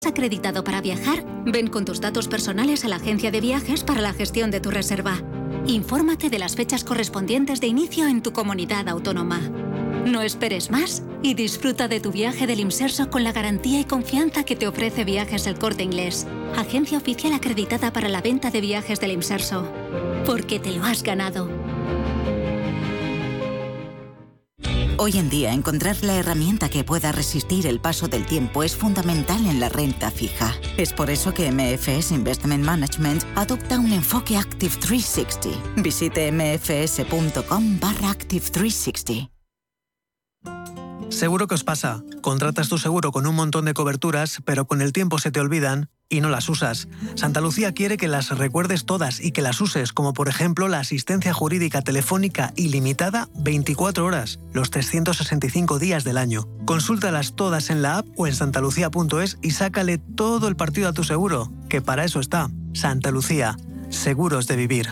¿Acreditado para viajar? Ven con tus datos personales a la agencia de viajes para la gestión de tu reserva. Infórmate de las fechas correspondientes de inicio en tu comunidad autónoma. No esperes más y disfruta de tu viaje del Imserso con la garantía y confianza que te ofrece Viajes El Corte Inglés, agencia oficial acreditada para la venta de viajes del Imserso. Porque te lo has ganado. Hoy en día, encontrar la herramienta que pueda resistir el paso del tiempo es fundamental en la renta fija. Es por eso que MFS Investment Management adopta un enfoque Active 360. Visite mfs.com/Active 360. Seguro que os pasa. Contratas tu seguro con un montón de coberturas, pero con el tiempo se te olvidan y no las usas. Santa Lucía quiere que las recuerdes todas y que las uses, como por ejemplo la asistencia jurídica telefónica ilimitada 24 horas, los 365 días del año. Consúltalas todas en la app o en santalucía.es y sácale todo el partido a tu seguro, que para eso está. Santa Lucía, seguros de vivir.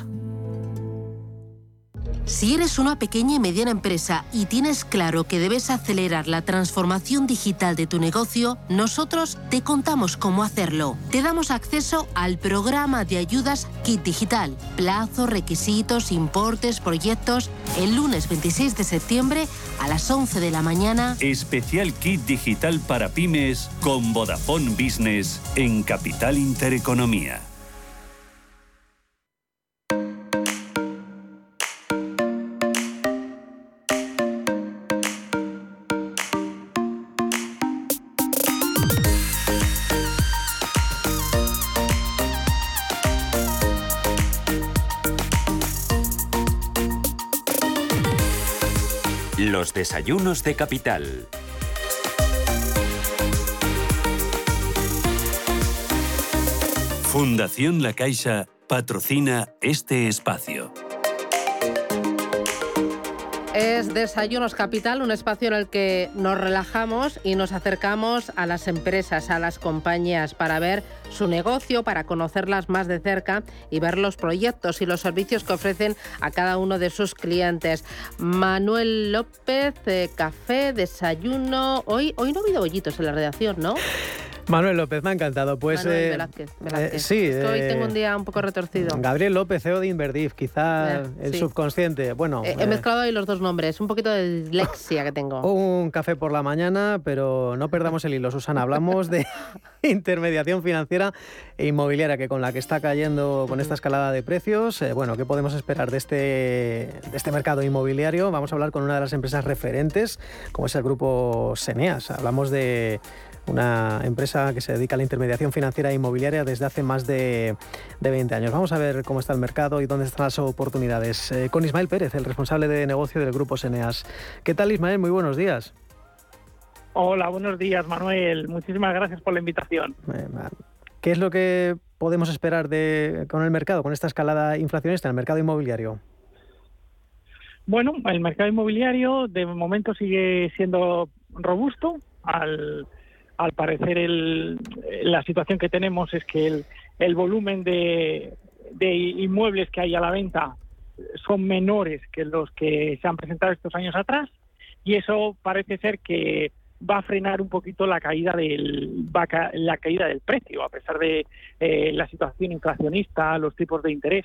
Si eres una pequeña y mediana empresa y tienes claro que debes acelerar la transformación digital de tu negocio, nosotros te contamos cómo hacerlo. Te damos acceso al programa de ayudas Kit Digital. Plazos, requisitos, importes, proyectos. El lunes 26 de septiembre a las 11 de la mañana. Especial Kit Digital para pymes con Vodafone Business en Capital Intereconomía. Los desayunos de Capital. Fundación La Caixa patrocina este espacio. Es Desayunos Capital, un espacio en el que nos relajamos y nos acercamos a las empresas, a las compañías, para ver su negocio, para conocerlas más de cerca y ver los proyectos y los servicios que ofrecen a cada uno de sus clientes. Manuel López, café, desayuno. Hoy no ha habido bollitos en la redacción, ¿no? Manuel López, me ha encantado. Pues, Manuel Velázquez. Sí. Es que hoy tengo un día un poco retorcido. Gabriel López, CEO de Inverdiv, quizá el subconsciente. Bueno, he mezclado ahí los dos nombres, un poquito de dislexia que tengo. Un café por la mañana, pero no perdamos el hilo, Susana. Hablamos de intermediación financiera e inmobiliaria, que con la que está cayendo con esta escalada de precios, bueno, ¿qué podemos esperar de este mercado inmobiliario? Vamos a hablar con una de las empresas referentes, como es el grupo Seneas. Hablamos de una empresa que se dedica a la intermediación financiera e inmobiliaria desde hace más de 20 años. Vamos a ver cómo está el mercado y dónde están las oportunidades. Con Ismael Pérez, el responsable de negocio del Grupo Seneas. ¿Qué tal, Ismael? Muy buenos días. Hola, buenos días, Manuel. Muchísimas gracias por la invitación. ¿Qué es lo que podemos esperar con el mercado, con esta escalada inflacionista en el mercado inmobiliario? Bueno, el mercado inmobiliario de momento sigue siendo robusto. Al parecer la situación que tenemos es que el volumen de inmuebles que hay a la venta son menores que los que se han presentado estos años atrás, y eso parece ser que va a frenar un poquito la caída del precio, a pesar de la situación inflacionista, los tipos de interés.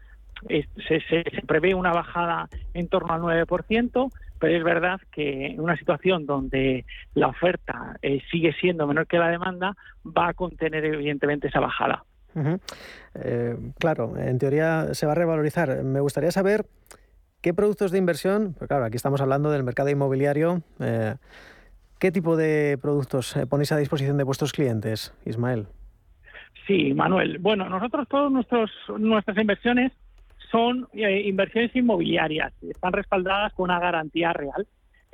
Se prevé una bajada en torno al 9%, pero es verdad que en una situación donde la oferta sigue siendo menor que la demanda, va a contener evidentemente esa bajada. Claro, en teoría se va a revalorizar. Me gustaría saber qué productos de inversión, pues claro, aquí estamos hablando del mercado inmobiliario, ¿qué tipo de productos ponéis a disposición de vuestros clientes, Ismael? Sí, Manuel. Bueno, nosotros nuestras inversiones son inversiones inmobiliarias, están respaldadas con una garantía real,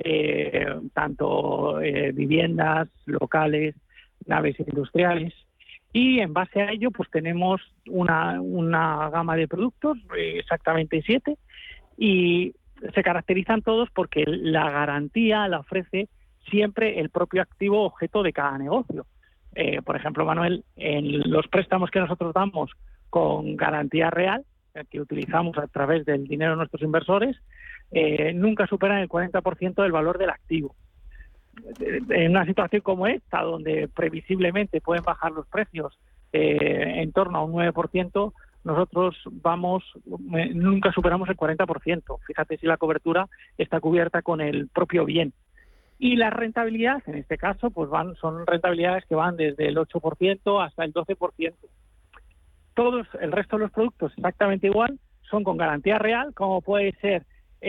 tanto viviendas, locales, naves industriales, y en base a ello pues tenemos una gama de productos, exactamente 7, y se caracterizan todos porque la garantía la ofrece siempre el propio activo objeto de cada negocio. Por ejemplo, Manuel, en los préstamos que nosotros damos con garantía real, que utilizamos a través del dinero de nuestros inversores, nunca superan el 40% del valor del activo. en una situación como esta, donde previsiblemente pueden bajar los precios en torno a un 9%, nosotros nunca superamos el 40%. Fíjate si la cobertura está cubierta con el propio bien. Y las rentabilidades, en este caso, pues son rentabilidades que van desde el 8% hasta el 12%. Todos el resto de los productos exactamente igual, son con garantía real, como puede ser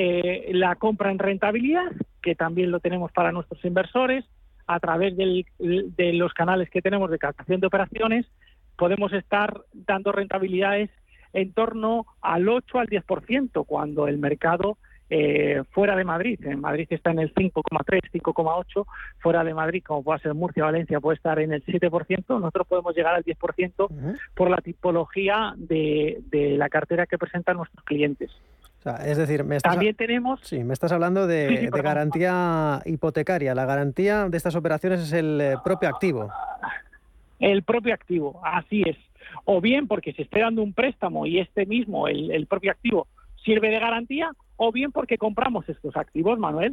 la compra en rentabilidad, que también lo tenemos para nuestros inversores, a través de los canales que tenemos de captación de operaciones, podemos estar dando rentabilidades en torno al 8 al 10%, cuando el mercado fuera de Madrid, en Madrid está en el 5,3, 5,8, fuera de Madrid, como puede ser Murcia, Valencia, puede estar en el 7%, nosotros podemos llegar al 10% por la tipología de la cartera que presentan nuestros clientes. O sea, es decir, me estás hablando de garantía hipotecaria. La garantía de estas operaciones es el propio activo. El propio activo, así es. O bien porque se esté dando un préstamo y este mismo, el propio activo, sirve de garantía, o bien porque compramos estos activos, Manuel.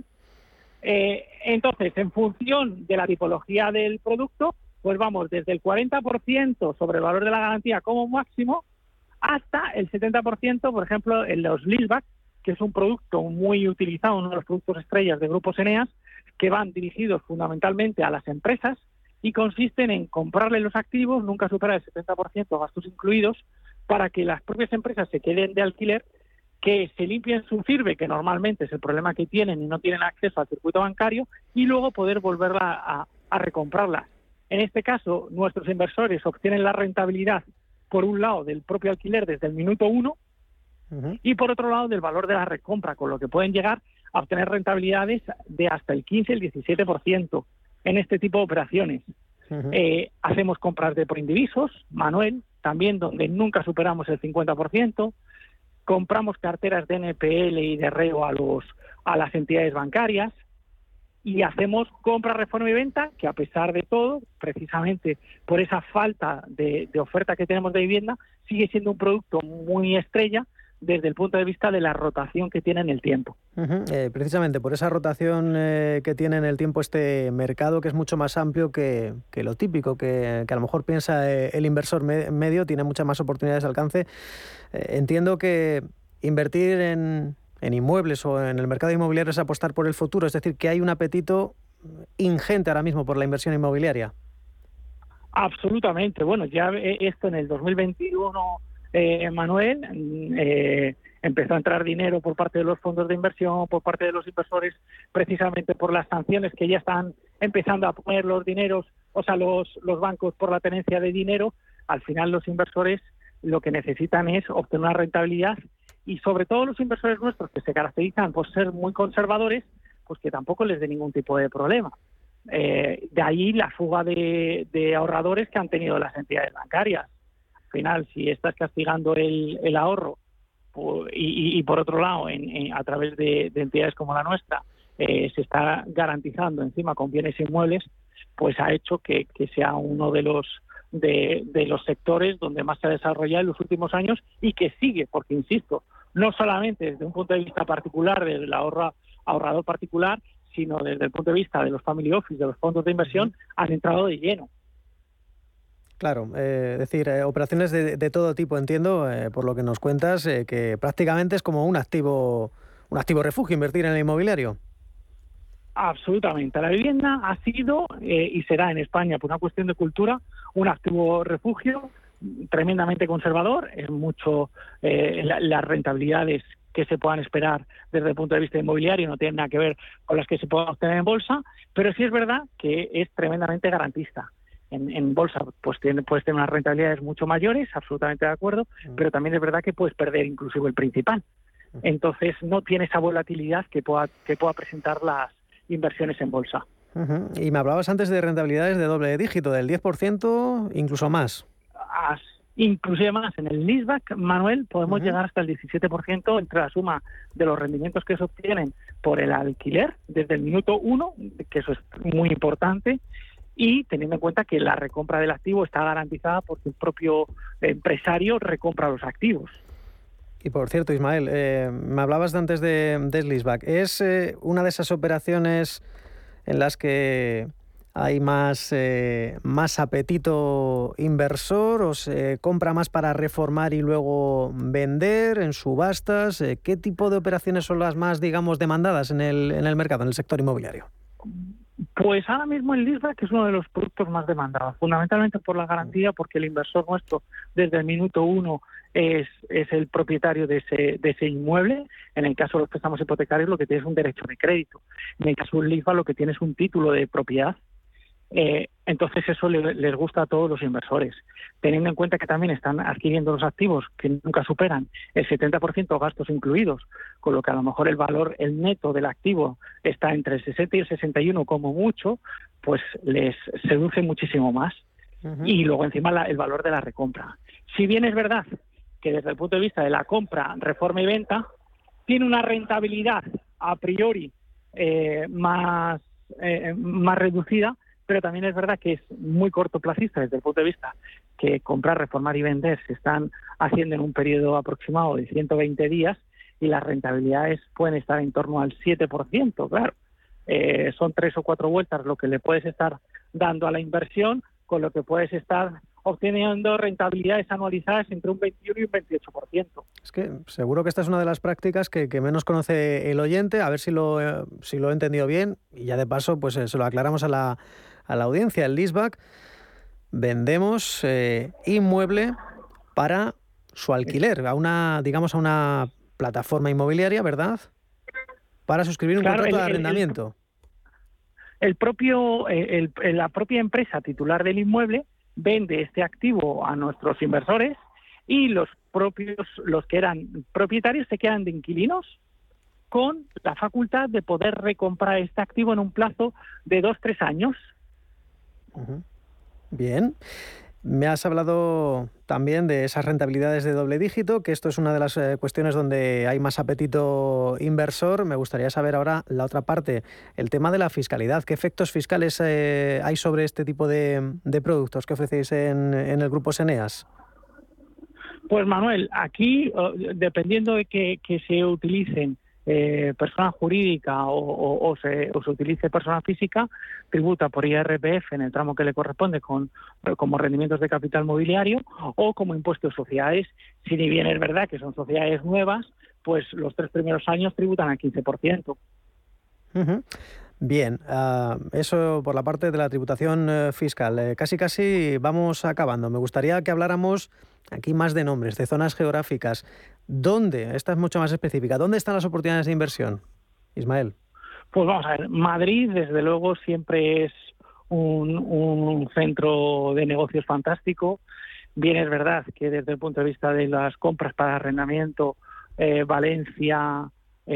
Entonces, en función de la tipología del producto, pues vamos desde el 40% sobre el valor de la garantía como máximo, hasta el 70%, por ejemplo, en los leaseback, que es un producto muy utilizado, uno de los productos estrellas de Grupos Eneas, que van dirigidos fundamentalmente a las empresas y consisten en comprarle los activos, nunca superar el 70%, gastos incluidos, para que las propias empresas se queden de alquiler, que se limpien su CIRBE, que normalmente es el problema que tienen y no tienen acceso al circuito bancario, y luego poder volverla a recomprarlas. En este caso, nuestros inversores obtienen la rentabilidad, por un lado, del propio alquiler desde el minuto 1 y por otro lado, del valor de la recompra, con lo que pueden llegar a obtener rentabilidades de hasta el 15, el 17% en este tipo de operaciones. Hacemos compras de proindivisos, Manuel, también donde nunca superamos el 50%, compramos carteras de NPL y de REO a las entidades bancarias, y hacemos compra, reforma y venta, que a pesar de todo, precisamente por esa falta de oferta que tenemos de vivienda, sigue siendo un producto muy estrella desde el punto de vista de la rotación que tiene en el tiempo. Precisamente por esa rotación que tiene en el tiempo este mercado, que es mucho más amplio que lo típico, que a lo mejor piensa el inversor medio, tiene muchas más oportunidades de alcance. Entiendo que invertir en inmuebles o en el mercado inmobiliario es apostar por el futuro, es decir, que hay un apetito ingente ahora mismo por la inversión inmobiliaria. Absolutamente. Bueno, ya esto en el 2021, Manuel, empezó a entrar dinero por parte de los fondos de inversión, por parte de los inversores, precisamente por las sanciones que ya están empezando a poner los dineros, o sea, los bancos por la tenencia de dinero. Al final los inversores lo que necesitan es obtener una rentabilidad, y sobre todo los inversores nuestros, que se caracterizan por ser muy conservadores, pues que tampoco les dé ningún tipo de problema. De ahí la fuga de ahorradores que han tenido las entidades bancarias. Al final, si estás castigando el ahorro y por otro lado, a través de entidades como la nuestra, se está garantizando encima con bienes inmuebles, pues ha hecho que sea uno de los sectores donde más se ha desarrollado en los últimos años, y que sigue, porque insisto, no solamente desde un punto de vista particular del ahorrador particular, sino desde el punto de vista de los family office, de los fondos de inversión, han entrado de lleno. Claro, es decir, operaciones de todo tipo, entiendo, por lo que nos cuentas, que prácticamente es como un activo refugio invertir en el inmobiliario. Absolutamente. La vivienda ha sido y será en España, por una cuestión de cultura, un activo refugio tremendamente conservador. Es mucho las rentabilidades que se puedan esperar desde el punto de vista inmobiliario no tienen nada que ver con las que se puedan obtener en bolsa, pero sí es verdad que es tremendamente garantista. En bolsa pues puedes tener unas rentabilidades mucho mayores, absolutamente de acuerdo, pero también es verdad que puedes perder inclusive el principal. Entonces no tiene esa volatilidad que pueda presentar las inversiones en bolsa. Y me hablabas antes de rentabilidades de doble dígito, del 10%, incluso más. Inclusive más. En el leaseback, Manuel, podemos llegar hasta el 17% entre la suma de los rendimientos que se obtienen por el alquiler desde el minuto 1, que eso es muy importante, y teniendo en cuenta que la recompra del activo está garantizada porque el propio empresario recompra los activos. Y por cierto, Ismael, me hablabas antes de leaseback. ¿Es una de esas operaciones en las que hay más apetito inversor, o se compra más para reformar y luego vender en subastas? ¿Qué tipo de operaciones son las más, digamos, demandadas en el mercado, en el sector inmobiliario? Pues ahora mismo el leaseback es uno de los productos más demandados, fundamentalmente por la garantía, porque el inversor nuestro desde el minuto 1 es el propietario de ese inmueble. En el caso de los préstamos hipotecarios lo que tiene es un derecho de crédito. En el caso del leaseback lo que tiene es un título de propiedad. Entonces eso les gusta a todos los inversores, teniendo en cuenta que también están adquiriendo los activos que nunca superan el 70% gastos incluidos, con lo que a lo mejor el neto del activo está entre el 60 y el 61 como mucho, pues les seduce muchísimo más. Y luego encima el valor de la recompra. Si bien es verdad que desde el punto de vista de la compra, reforma y venta, tiene una rentabilidad a priori más reducida, pero también es verdad que es muy cortoplacista desde el punto de vista que comprar, reformar y vender se están haciendo en un periodo aproximado de 120 días y las rentabilidades pueden estar en torno al 7%, claro. Son 3 o 4 vueltas lo que le puedes estar dando a la inversión, con lo que puedes estar obteniendo rentabilidades anualizadas entre un 21 y un 28%. Es que seguro que esta es una de las prácticas que menos conoce el oyente, a ver si lo he entendido bien, y ya de paso pues se lo aclaramos a la audiencia. El leaseback, vendemos inmueble para su alquiler, a una plataforma inmobiliaria, ¿verdad? Para suscribir un contrato de arrendamiento. La propia empresa titular del inmueble vende este activo a nuestros inversores y los que eran propietarios se quedan de inquilinos con la facultad de poder recomprar este activo en un plazo de 2-3 años. Bien. Me has hablado también de esas rentabilidades de doble dígito, que esto es una de las cuestiones donde hay más apetito inversor. Me gustaría saber ahora la otra parte, el tema de la fiscalidad. ¿Qué efectos fiscales hay sobre este tipo de productos que ofrecéis en el Grupo Eneas? Pues Manuel, aquí, dependiendo de que se utilicen persona jurídica o se utilice persona física, tributa por IRPF en el tramo que le corresponde como rendimientos de capital mobiliario o como impuesto de sociedades. Si ni bien es verdad que son sociedades nuevas, pues los 3 primeros años tributan al 15%. Bien, eso por la parte de la tributación fiscal. Casi vamos acabando. Me gustaría que habláramos aquí más de nombres, de zonas geográficas. ¿Dónde? Esta es mucho más específica. ¿Dónde están las oportunidades de inversión, Ismael? Pues vamos a ver. Madrid, desde luego, siempre es un centro de negocios fantástico. Bien es verdad que desde el punto de vista de las compras para arrendamiento, Valencia,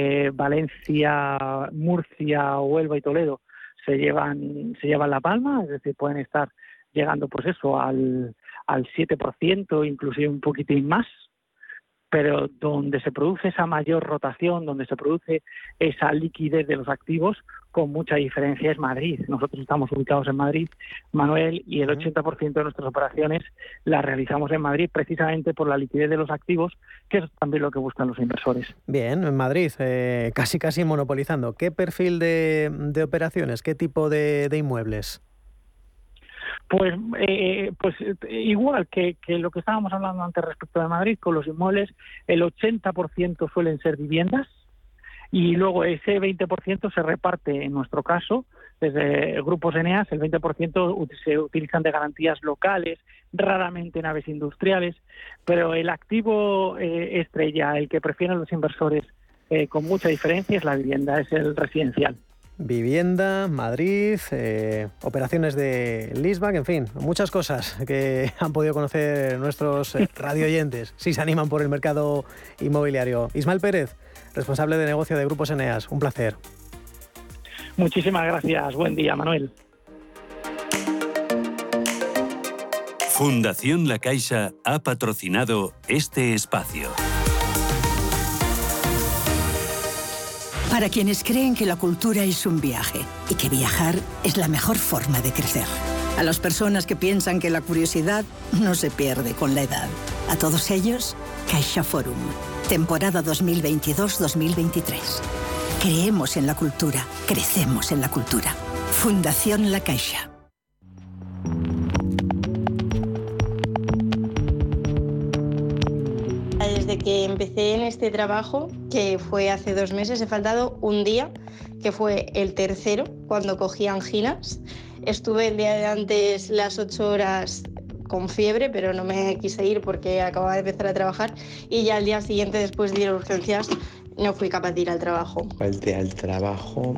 Murcia, Huelva y Toledo se llevan la palma, es decir, pueden estar llegando pues eso al 7%, inclusive un poquitín más, pero donde se produce esa mayor rotación, donde se produce esa liquidez de los activos, con mucha diferencia es Madrid. Nosotros estamos ubicados en Madrid, Manuel, y el 80% de nuestras operaciones las realizamos en Madrid precisamente por la liquidez de los activos, que es también lo que buscan los inversores. Bien, en Madrid, casi monopolizando. ¿Qué perfil de operaciones? ¿Qué tipo de inmuebles? Pues igual que lo que estábamos hablando antes respecto de Madrid, con los inmuebles, el 80% suelen ser viviendas y luego ese 20% se reparte, en nuestro caso, desde el Grupo Eneas, el 20% se utilizan de garantías locales, raramente naves industriales, pero el activo estrella, el que prefieren los inversores con mucha diferencia, es la vivienda, es el residencial. Vivienda, Madrid, operaciones de leaseback, en fin, muchas cosas que han podido conocer nuestros radioyentes si se animan por el mercado inmobiliario. Ismael Pérez, responsable de negocio de Grupo Eneas, un placer. Muchísimas gracias, buen día, Manuel. Fundación La Caixa ha patrocinado este espacio. Para quienes creen que la cultura es un viaje y que viajar es la mejor forma de crecer. A las personas que piensan que la curiosidad no se pierde con la edad. A todos ellos, Caixa Forum. Temporada 2022-2023. Creemos en la cultura, crecemos en la cultura. Fundación La Caixa. Desde que empecé en este trabajo, que fue hace 2 meses, he faltado un día, que fue el tercero, cuando cogí anginas. Estuve el día de antes las 8 horas con fiebre, pero no me quise ir porque acababa de empezar a trabajar, y ya al día siguiente, después de ir a urgencias, no fui capaz de ir al trabajo. Falté al trabajo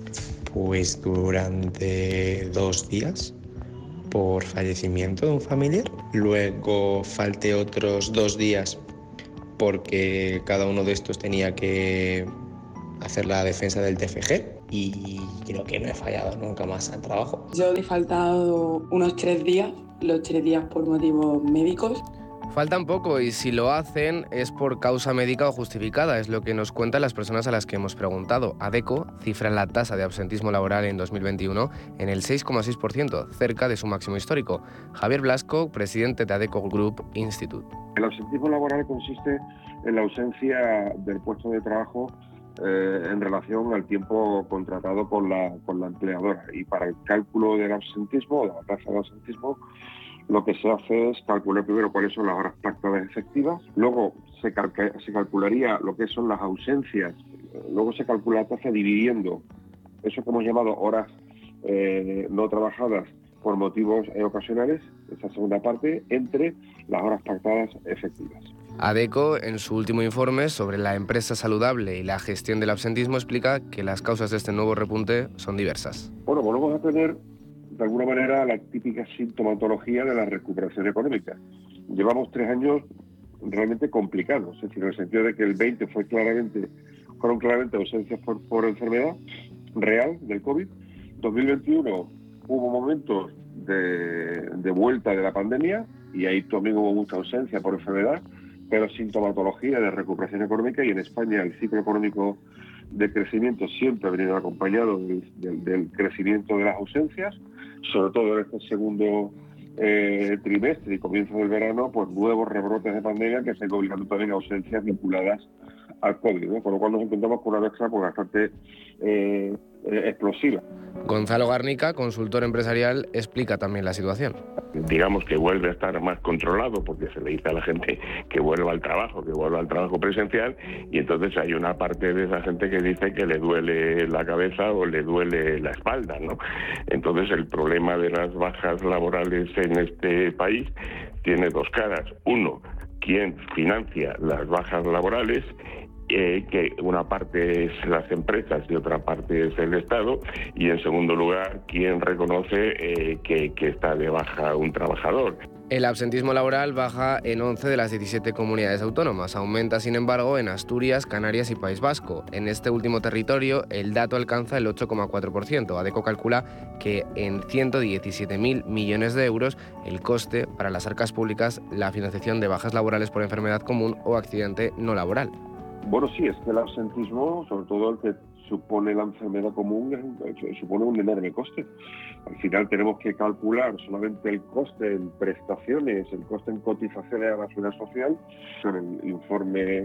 pues durante 2 días por fallecimiento de un familiar. Luego falté otros 2 días porque cada uno de estos tenía que hacer la defensa del TFG, y creo que no he fallado nunca más al trabajo. Yo he faltado unos 3 días, los 3 días por motivos médicos. Faltan poco y si lo hacen es por causa médica o justificada, es lo que nos cuentan las personas a las que hemos preguntado. ADECO cifra la tasa de absentismo laboral en 2021 en el 6,6%, cerca de su máximo histórico. Javier Blasco, presidente de ADECO Group Institute. El absentismo laboral consiste en la ausencia del puesto de trabajo en relación al tiempo contratado con la empleadora, y para el cálculo del absentismo o de la tasa de absentismo lo que se hace es calcular primero cuáles son las horas pactadas efectivas, luego se calcularía lo que son las ausencias, luego se calcula la tasa dividiendo eso que hemos llamado horas no trabajadas por motivos ocasionales, esa segunda parte, entre las horas pactadas efectivas. ADECO, en su último informe sobre la empresa saludable y la gestión del absentismo, explica que las causas de este nuevo repunte son diversas. Bueno, volvemos a tener de alguna manera la típica sintomatología de la recuperación económica. Llevamos 3 años realmente complicados, es decir, en el sentido de que el 20 fueron claramente ausencias por enfermedad real del COVID. 2021 hubo momentos de vuelta de la pandemia y ahí también hubo mucha ausencia por enfermedad, pero sintomatología de recuperación económica, y en España el ciclo económico de crecimiento siempre ha venido acompañado del crecimiento de las ausencias, sobre todo en este segundo trimestre y comienzo del verano, pues nuevos rebrotes de pandemia que están obligando también a ausencias vinculadas al COVID, ¿no? Con lo cual nos encontramos con una mezcla pues, bastante explosiva. Gonzalo Garnica, consultor empresarial, explica también la situación. Digamos que vuelve a estar más controlado porque se le dice a la gente que vuelva al trabajo presencial, y entonces hay una parte de esa gente que dice que le duele la cabeza o le duele la espalda, ¿no? Entonces el problema de las bajas laborales en este país tiene 2 caras. Uno, ¿quién financia las bajas laborales? Que una parte es las empresas y otra parte es el Estado, y en segundo lugar, ¿quién reconoce que está de baja un trabajador? El absentismo laboral baja en 11 de las 17 comunidades autónomas, aumenta sin embargo en Asturias, Canarias y País Vasco. En este último territorio el dato alcanza el 8,4%. ADECO calcula que en 117.000 millones de euros el coste para las arcas públicas la financiación de bajas laborales por enfermedad común o accidente no laboral. Bueno, sí, es que el absentismo, sobre todo el que supone la enfermedad común, supone un enorme coste. Al final tenemos que calcular solamente el coste en prestaciones, el coste en cotizaciones a la Seguridad Social. En el informe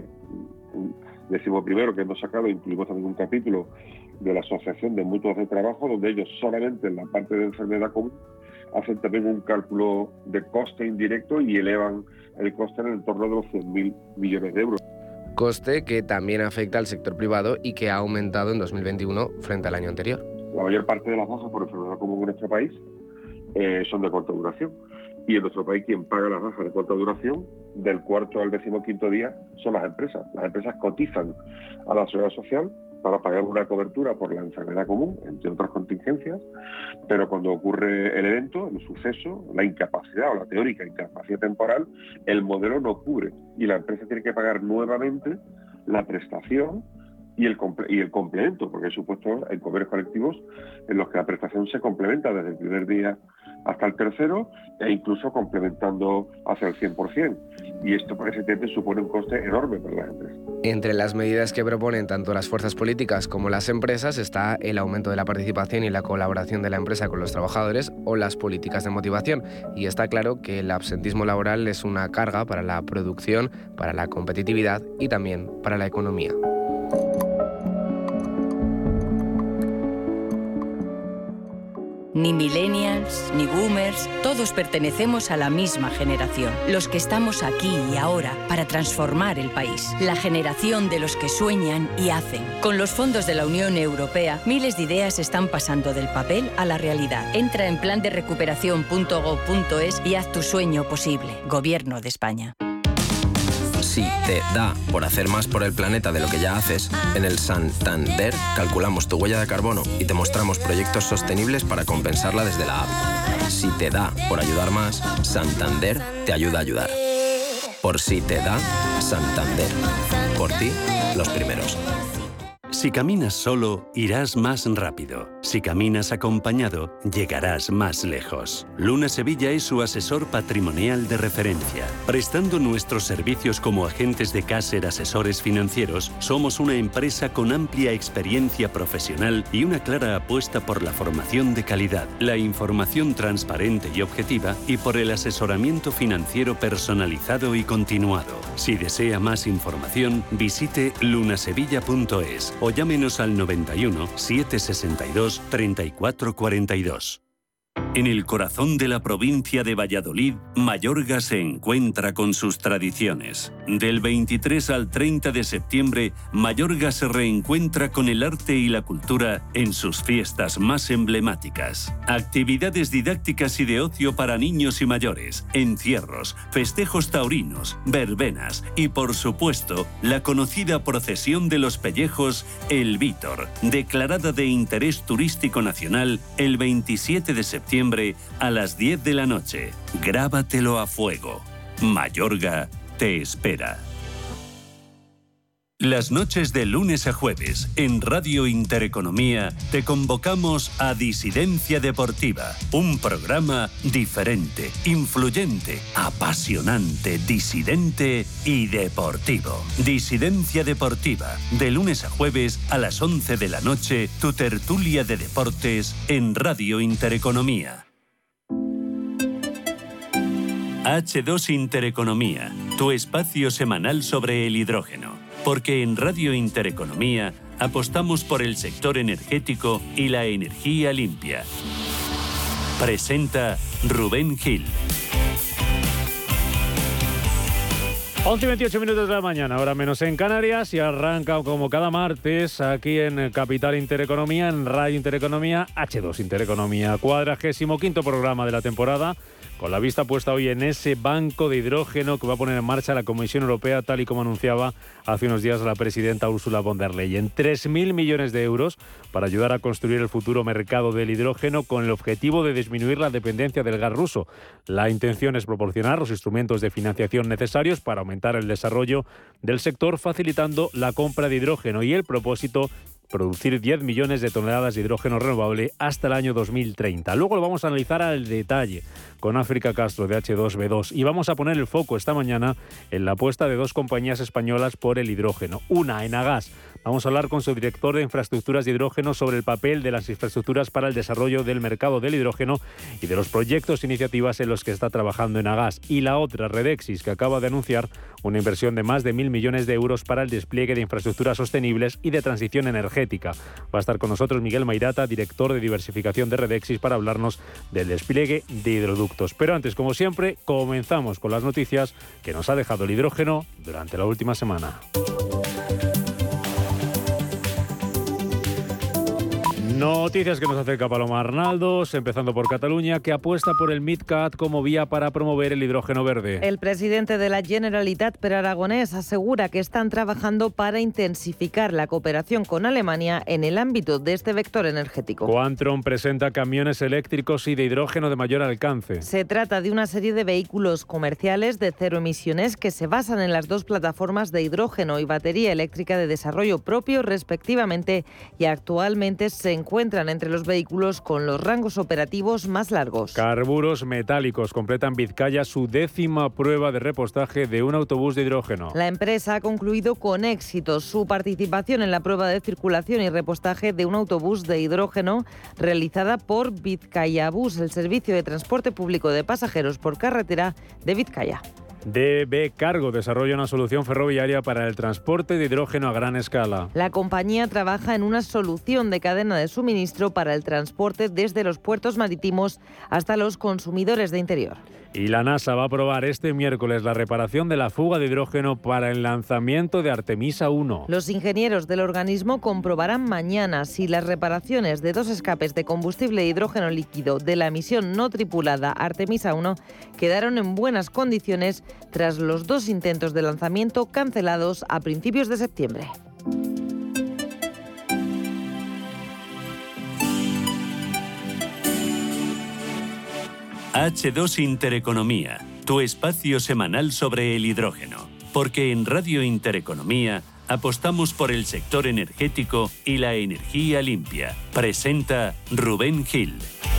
11º que hemos sacado incluimos también un capítulo de la Asociación de Mutuos de Trabajo, donde ellos solamente en la parte de enfermedad común hacen también un cálculo de coste indirecto y elevan el coste en el entorno de los 100.000 millones de euros. Coste que también afecta al sector privado y que ha aumentado en 2021 frente al año anterior. La mayor parte de las bajas por enfermedad común en nuestro país son de corta duración. Y en nuestro país quien paga las bajas de corta duración del 4º al 15º día son las empresas. Las empresas cotizan a la Seguridad Social para pagar una cobertura por la enfermedad común, entre otras contingencias, pero cuando ocurre el evento, el suceso, la incapacidad o la teórica incapacidad temporal, el modelo no cubre y la empresa tiene que pagar nuevamente la prestación y el complemento, porque hay supuestos en convenios colectivos en los que la prestación se complementa desde el primer día hasta el tercero e incluso complementando hacia el 100%. Y esto por ese tiempo supone un coste enorme para las empresas. Entre las medidas que proponen tanto las fuerzas políticas como las empresas está el aumento de la participación y la colaboración de la empresa con los trabajadores o las políticas de motivación. Y está claro que el absentismo laboral es una carga para la producción, para la competitividad y también para la economía. Ni millennials, ni boomers, todos pertenecemos a la misma generación. Los que estamos aquí y ahora para transformar el país. La generación de los que sueñan y hacen. Con los fondos de la Unión Europea, miles de ideas están pasando del papel a la realidad. Entra en planderecuperación.gov.es y haz tu sueño posible. Gobierno de España. Si te da por hacer más por el planeta de lo que ya haces, en el Santander calculamos tu huella de carbono y te mostramos proyectos sostenibles para compensarla desde la app. Si te da por ayudar más, Santander te ayuda a ayudar. Por si te da, Santander. Por ti, los primeros. Si caminas solo, irás más rápido. Si caminas acompañado, llegarás más lejos. Luna Sevilla es su asesor patrimonial de referencia. Prestando nuestros servicios como agentes de Caser Asesores Financieros, somos una empresa con amplia experiencia profesional y una clara apuesta por la formación de calidad, la información transparente y objetiva y por el asesoramiento financiero personalizado y continuado. Si desea más información, visite lunasevilla.es o llámenos al 91 762 3442. En el corazón de la provincia de Valladolid, Mayorga se encuentra con sus tradiciones. Del 23 al 30 de septiembre, Mayorga se reencuentra con el arte y la cultura en sus fiestas más emblemáticas. Actividades didácticas y de ocio para niños y mayores, encierros, festejos taurinos, verbenas y, por supuesto, la conocida procesión de los pellejos, el Vítor, declarada de interés turístico nacional el 27 de septiembre a las 10 de la noche. Grábatelo a fuego. Mayorga te espera. Las noches de lunes a jueves, en Radio Intereconomía, te convocamos a Disidencia Deportiva, un programa diferente, influyente, apasionante, disidente y deportivo. Disidencia Deportiva, de lunes a jueves a las 11 de la noche, tu tertulia de deportes en Radio Intereconomía. H2 Intereconomía, tu espacio semanal sobre el hidrógeno. Porque en Radio Intereconomía apostamos por el sector energético y la energía limpia. Presenta Rubén Gil. 11:28 minutos de la mañana, hora menos en Canarias, y arranca como cada martes aquí en Capital Intereconomía, en Radio Intereconomía, H2 Intereconomía, 45º programa de la temporada, con la vista puesta hoy en ese banco de hidrógeno que va a poner en marcha la Comisión Europea, tal y como anunciaba hace unos días la presidenta Ursula von der Leyen. 3.000 millones de euros para ayudar a construir el futuro mercado del hidrógeno con el objetivo de disminuir la dependencia del gas ruso. La intención es proporcionar los instrumentos de financiación necesarios para aumentar el desarrollo del sector, facilitando la compra de hidrógeno, y el propósito: producir 10 millones de toneladas de hidrógeno renovable hasta el año 2030. Luego lo vamos a analizar al detalle con África Castro de H2B2 y vamos a poner el foco esta mañana en la apuesta de dos compañías españolas por el hidrógeno. Una, Enagás. Vamos a hablar con su director de infraestructuras de hidrógeno sobre el papel de las infraestructuras para el desarrollo del mercado del hidrógeno y de los proyectos e iniciativas en los que está trabajando Enagás. Y la otra, Redexis, que acaba de anunciar una inversión de más de 1.000 millones de euros para el despliegue de infraestructuras sostenibles y de transición energética. Va a estar con nosotros Miguel Mairata, director de diversificación de Redexis, para hablarnos del despliegue de hidroductos. Pero antes, como siempre, comenzamos con las noticias que nos ha dejado el hidrógeno durante la última semana. Noticias que nos acerca Paloma Arnaldos, empezando por Cataluña, que apuesta por el MidCat como vía para promover el hidrógeno verde. El presidente de la Generalitat, Pere Aragonès, asegura que están trabajando para intensificar la cooperación con Alemania en el ámbito de este vector energético. Quantron presenta camiones eléctricos y de hidrógeno de mayor alcance. Se trata de una serie de vehículos comerciales de cero emisiones que se basan en las dos plataformas de hidrógeno y batería eléctrica de desarrollo propio, respectivamente, y actualmente se encuentran entre los vehículos con los rangos operativos más largos. Carburos Metálicos completan Vizcaya su 10ª prueba de repostaje de un autobús de hidrógeno. La empresa ha concluido con éxito su participación en la prueba de circulación y repostaje de un autobús de hidrógeno realizada por Vizcaya Bus, el servicio de transporte público de pasajeros por carretera de Vizcaya. DB Cargo desarrolla una solución ferroviaria para el transporte de hidrógeno a gran escala. La compañía trabaja en una solución de cadena de suministro para el transporte desde los puertos marítimos hasta los consumidores de interior. Y la NASA va a aprobar este miércoles la reparación de la fuga de hidrógeno para el lanzamiento de Artemisa 1. Los ingenieros del organismo comprobarán mañana si las reparaciones de 2 escapes de combustible de hidrógeno líquido de la misión no tripulada Artemisa 1 quedaron en buenas condiciones tras los 2 intentos de lanzamiento cancelados a principios de septiembre. H2 Intereconomía, tu espacio semanal sobre el hidrógeno. Porque en Radio Intereconomía apostamos por el sector energético y la energía limpia. Presenta Rubén Gil.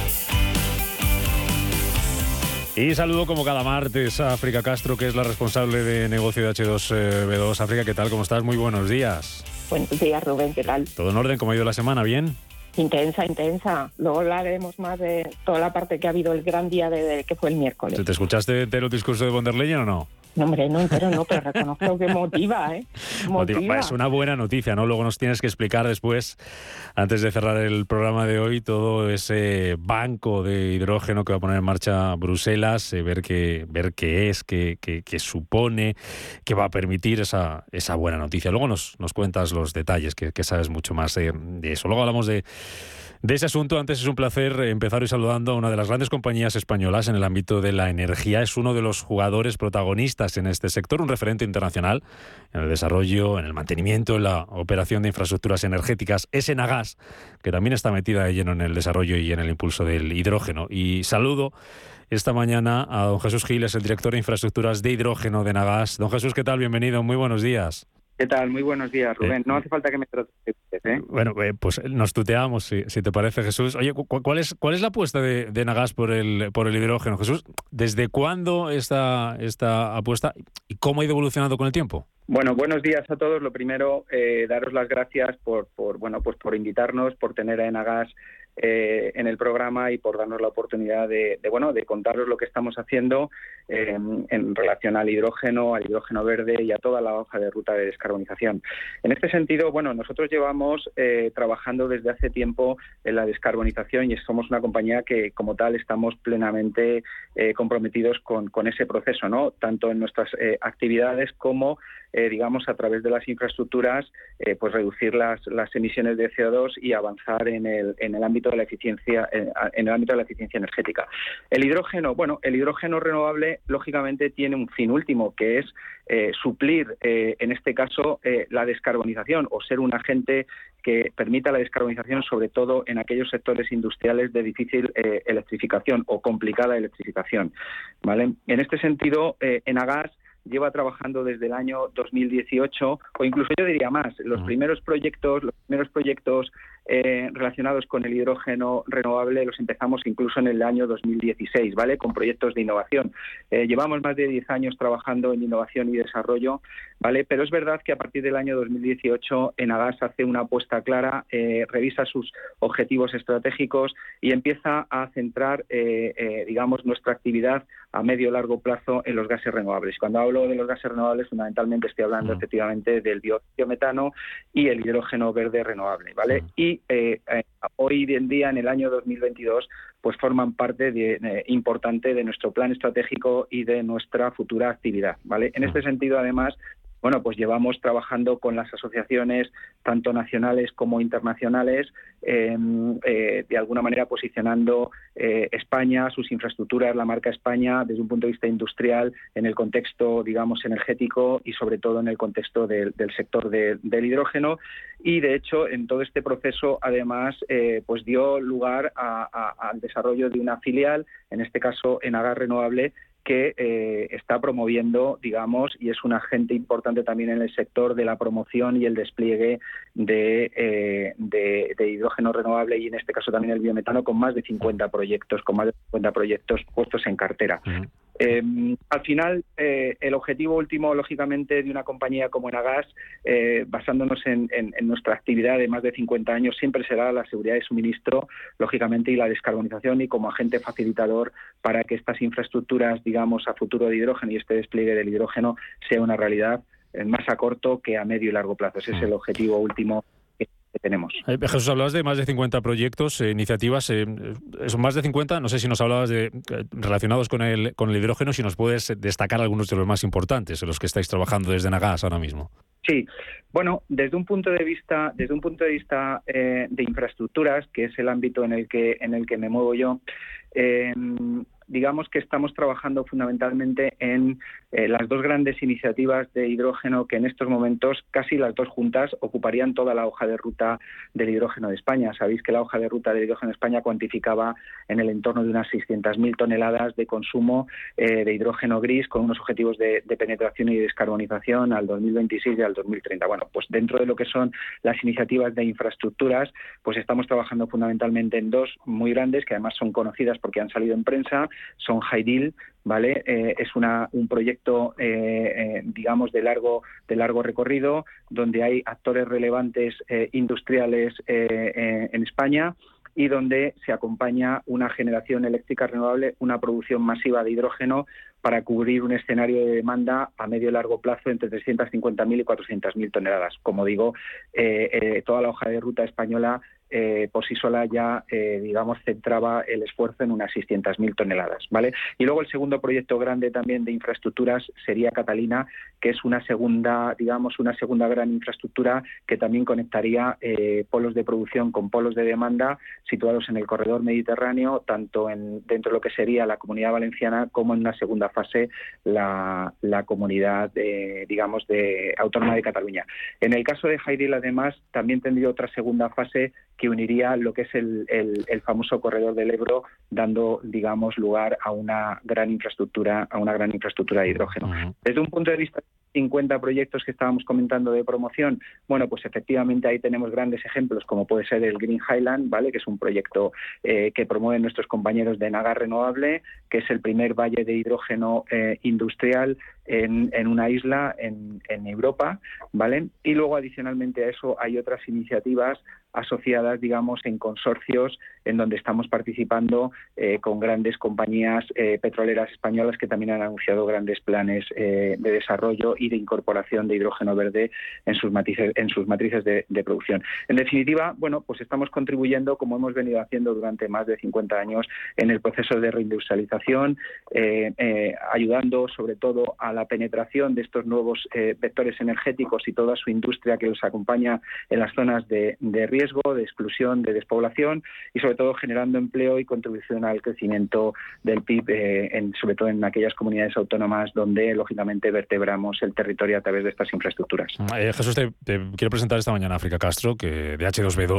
Y saludo como cada martes a África Castro, que es la responsable de negocio de H2B2. África, ¿qué tal? ¿Cómo estás? Muy buenos días. Buenos días, Rubén, ¿qué tal? ¿Todo en orden? ¿Cómo ha ido la semana? ¿Bien? Intensa. Luego hablaremos más de toda la parte que ha habido el gran día que fue el miércoles. ¿Te escuchaste entero el discurso de von der Leyen o no? No, hombre, no entero no, pero reconozco que motiva, ¿eh? Motiva. Es una buena noticia, ¿no? Luego nos tienes que explicar después, antes de cerrar el programa de hoy, todo ese banco de hidrógeno que va a poner en marcha Bruselas, ver qué es, qué supone, qué va a permitir esa buena noticia. Luego nos cuentas los detalles, que sabes mucho más de eso. Luego hablamos de ese asunto. Antes es un placer empezar hoy saludando a una de las grandes compañías españolas en el ámbito de la energía. Es uno de los jugadores protagonistas en este sector, un referente internacional en el desarrollo, en el mantenimiento, en la operación de infraestructuras energéticas. Es Enagás, que también está metida de lleno en el desarrollo y en el impulso del hidrógeno. Y saludo esta mañana a don Jesús Gil, es el director de infraestructuras de hidrógeno de Enagás. Don Jesús, ¿qué tal? Bienvenido, muy buenos días. ¿Qué tal? Muy buenos días, Rubén. No hace falta que me trates, ¿eh? Bueno, pues nos tuteamos, si te parece, Jesús. Oye, ¿cuál es la apuesta de Enagás por el hidrógeno, Jesús? ¿Desde cuándo esta apuesta y cómo ha ido evolucionando con el tiempo? Bueno, buenos días a todos. Lo primero, daros las gracias por invitarnos, por tener a Enagás en el programa y por darnos la oportunidad de contaros lo que estamos haciendo en relación al hidrógeno verde y a toda la hoja de ruta de descarbonización. En este sentido, nosotros llevamos trabajando desde hace tiempo en la descarbonización y somos una compañía que, como tal, estamos plenamente comprometidos con ese proceso, ¿no? Tanto en nuestras actividades como a través de las infraestructuras, pues reducir las emisiones de CO2 y avanzar en el ámbito de la eficiencia energética. El hidrógeno renovable lógicamente tiene un fin último, que es suplir en este caso la descarbonización o ser un agente que permita la descarbonización, sobre todo en aquellos sectores industriales de difícil electrificación o complicada electrificación, ¿vale? En este sentido, Enagás lleva trabajando desde el año 2018, o incluso yo diría más. Los primeros proyectos relacionados con el hidrógeno renovable los empezamos incluso en el año 2016, ¿vale? Con proyectos de innovación. Llevamos más de 10 años trabajando en innovación y desarrollo, ¿vale? Pero es verdad que a partir del año 2018 Enagás hace una apuesta clara, revisa sus objetivos estratégicos y empieza a centrar, nuestra actividad a medio largo plazo en los gases renovables. Cuando hablo de los gases renovables, fundamentalmente estoy hablando efectivamente del biometano y el hidrógeno verde renovable, ¿vale? Y hoy en día, en el año 2022, pues forman parte importante de nuestro plan estratégico y de nuestra futura actividad, ¿vale? En este sentido, además, pues llevamos trabajando con las asociaciones tanto nacionales como internacionales, de alguna manera posicionando España, sus infraestructuras, la marca España, desde un punto de vista industrial, en el contexto, energético y sobre todo en el contexto del sector del hidrógeno. Y de hecho, en todo este proceso, además, pues dio lugar al desarrollo de una filial, en este caso Enagás Renovable, que está promoviendo, y es un agente importante también en el sector de la promoción y el despliegue de hidrógeno renovable y en este caso también el biometano, con más de 50 proyectos puestos en cartera. Al final, el objetivo último, lógicamente, de una compañía como Enagas, basándonos en nuestra actividad de más de 50 años, siempre será la seguridad de suministro, lógicamente, y la descarbonización, y como agente facilitador para que estas infraestructuras, digamos, a futuro de hidrógeno y este despliegue del hidrógeno sea una realidad más a corto que a medio y largo plazo. Ese es el objetivo último que tenemos. Jesús, hablabas de más de 50 proyectos, iniciativas. Son más de 50. No sé si nos hablabas de relacionados con el hidrógeno, si nos puedes destacar algunos de los más importantes en los que estáis trabajando desde Enagas ahora mismo. Sí, bueno, desde un punto de vista de infraestructuras, que es el ámbito en el que me muevo yo, digamos que estamos trabajando fundamentalmente en las dos grandes iniciativas de hidrógeno que en estos momentos, casi las dos juntas, ocuparían toda la hoja de ruta del hidrógeno de España. Sabéis que la hoja de ruta del hidrógeno de España cuantificaba en el entorno de unas 600.000 toneladas de consumo de hidrógeno gris, con unos objetivos de penetración y descarbonización al 2026 y al 2030. Bueno, pues dentro de lo que son las iniciativas de infraestructuras, pues estamos trabajando fundamentalmente en dos muy grandes, que además son conocidas porque han salido en prensa. Son Hydeal, ¿vale? Es un proyecto, digamos, de largo recorrido, donde hay actores relevantes industriales en España, y donde se acompaña una generación eléctrica renovable, una producción masiva de hidrógeno para cubrir un escenario de demanda a medio y largo plazo entre 350.000 y 400.000 toneladas. Como digo, toda la hoja de ruta española por sí sola ya, digamos, centraba el esfuerzo en unas 600.000 toneladas, ¿vale? Y luego el segundo proyecto grande también de infraestructuras sería Catalina, que es una segunda gran infraestructura que también conectaría polos de producción con polos de demanda situados en el corredor mediterráneo, tanto dentro de lo que sería la Comunidad Valenciana como en una segunda fase la comunidad autónoma de Cataluña. En el caso de Hydeal, además, también tendría otra segunda fase que uniría lo que es el famoso corredor del Ebro, dando, digamos, lugar a una gran infraestructura de hidrógeno. Desde un punto de vista 50 proyectos que estábamos comentando de promoción, bueno, pues efectivamente ahí tenemos grandes ejemplos, como puede ser el Green Highland, ¿vale?, que es un proyecto que promueven nuestros compañeros de Enagas Renovable, que es el primer valle de hidrógeno industrial en una isla en Europa, ¿vale? Y luego, adicionalmente a eso, hay otras iniciativas asociadas, digamos, en consorcios en donde estamos participando con grandes compañías petroleras españolas que también han anunciado grandes planes de desarrollo y de incorporación de hidrógeno verde en sus matrices de producción. En definitiva, bueno, pues estamos contribuyendo, como hemos venido haciendo durante más de 50 años, en el proceso de reindustrialización, ayudando sobre todo a la penetración de estos nuevos vectores energéticos y toda su industria que los acompaña en las zonas de riesgo, de exclusión, de despoblación, y sobre todo generando empleo y contribución al crecimiento del PIB, sobre todo en aquellas comunidades autónomas donde, lógicamente, vertebramos el territorio a través de estas infraestructuras. Jesús, te quiero presentar esta mañana a África Castro, que de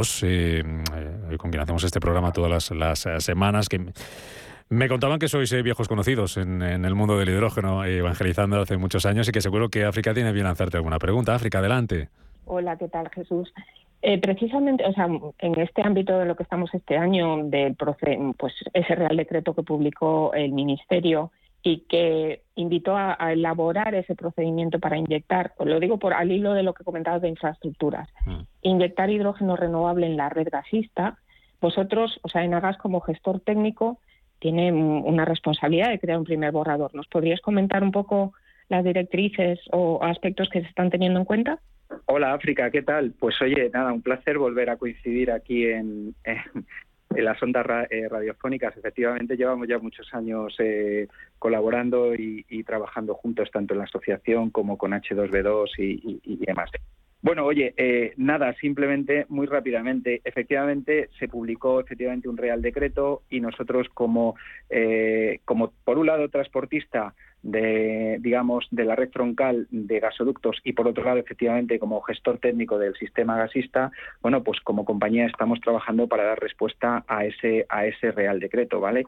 H2B2, con quien hacemos este programa todas las semanas, que me contaban que sois viejos conocidos en el mundo del hidrógeno, evangelizando hace muchos años, y que seguro que África tiene bien lanzarte alguna pregunta. África, adelante. Hola, ¿qué tal, Jesús? Precisamente, o sea, en este ámbito de lo que estamos este año, pues ese Real Decreto que publicó el Ministerio y que invitó a elaborar ese procedimiento para inyectar, lo digo al hilo de lo que comentabas de infraestructuras, inyectar hidrógeno renovable en la red gasista. Vosotros, o sea, Enagas, como gestor técnico, tiene una responsabilidad de crear un primer borrador. ¿Nos podrías comentar un poco las directrices o aspectos que se están teniendo en cuenta? Hola, África, ¿qué tal? Pues oye, nada, un placer volver a coincidir aquí en las ondas radiofónicas. Efectivamente, llevamos ya muchos años colaborando y trabajando juntos, tanto en la asociación como con H2B2 y demás. Bueno, oye, nada, simplemente muy rápidamente. Efectivamente, se publicó un Real Decreto, y nosotros como por un lado transportista, digamos, de la red troncal de gasoductos y por otro lado, efectivamente, como gestor técnico del sistema gasista, bueno, pues como compañía estamos trabajando para dar respuesta a ese Real Decreto, ¿vale?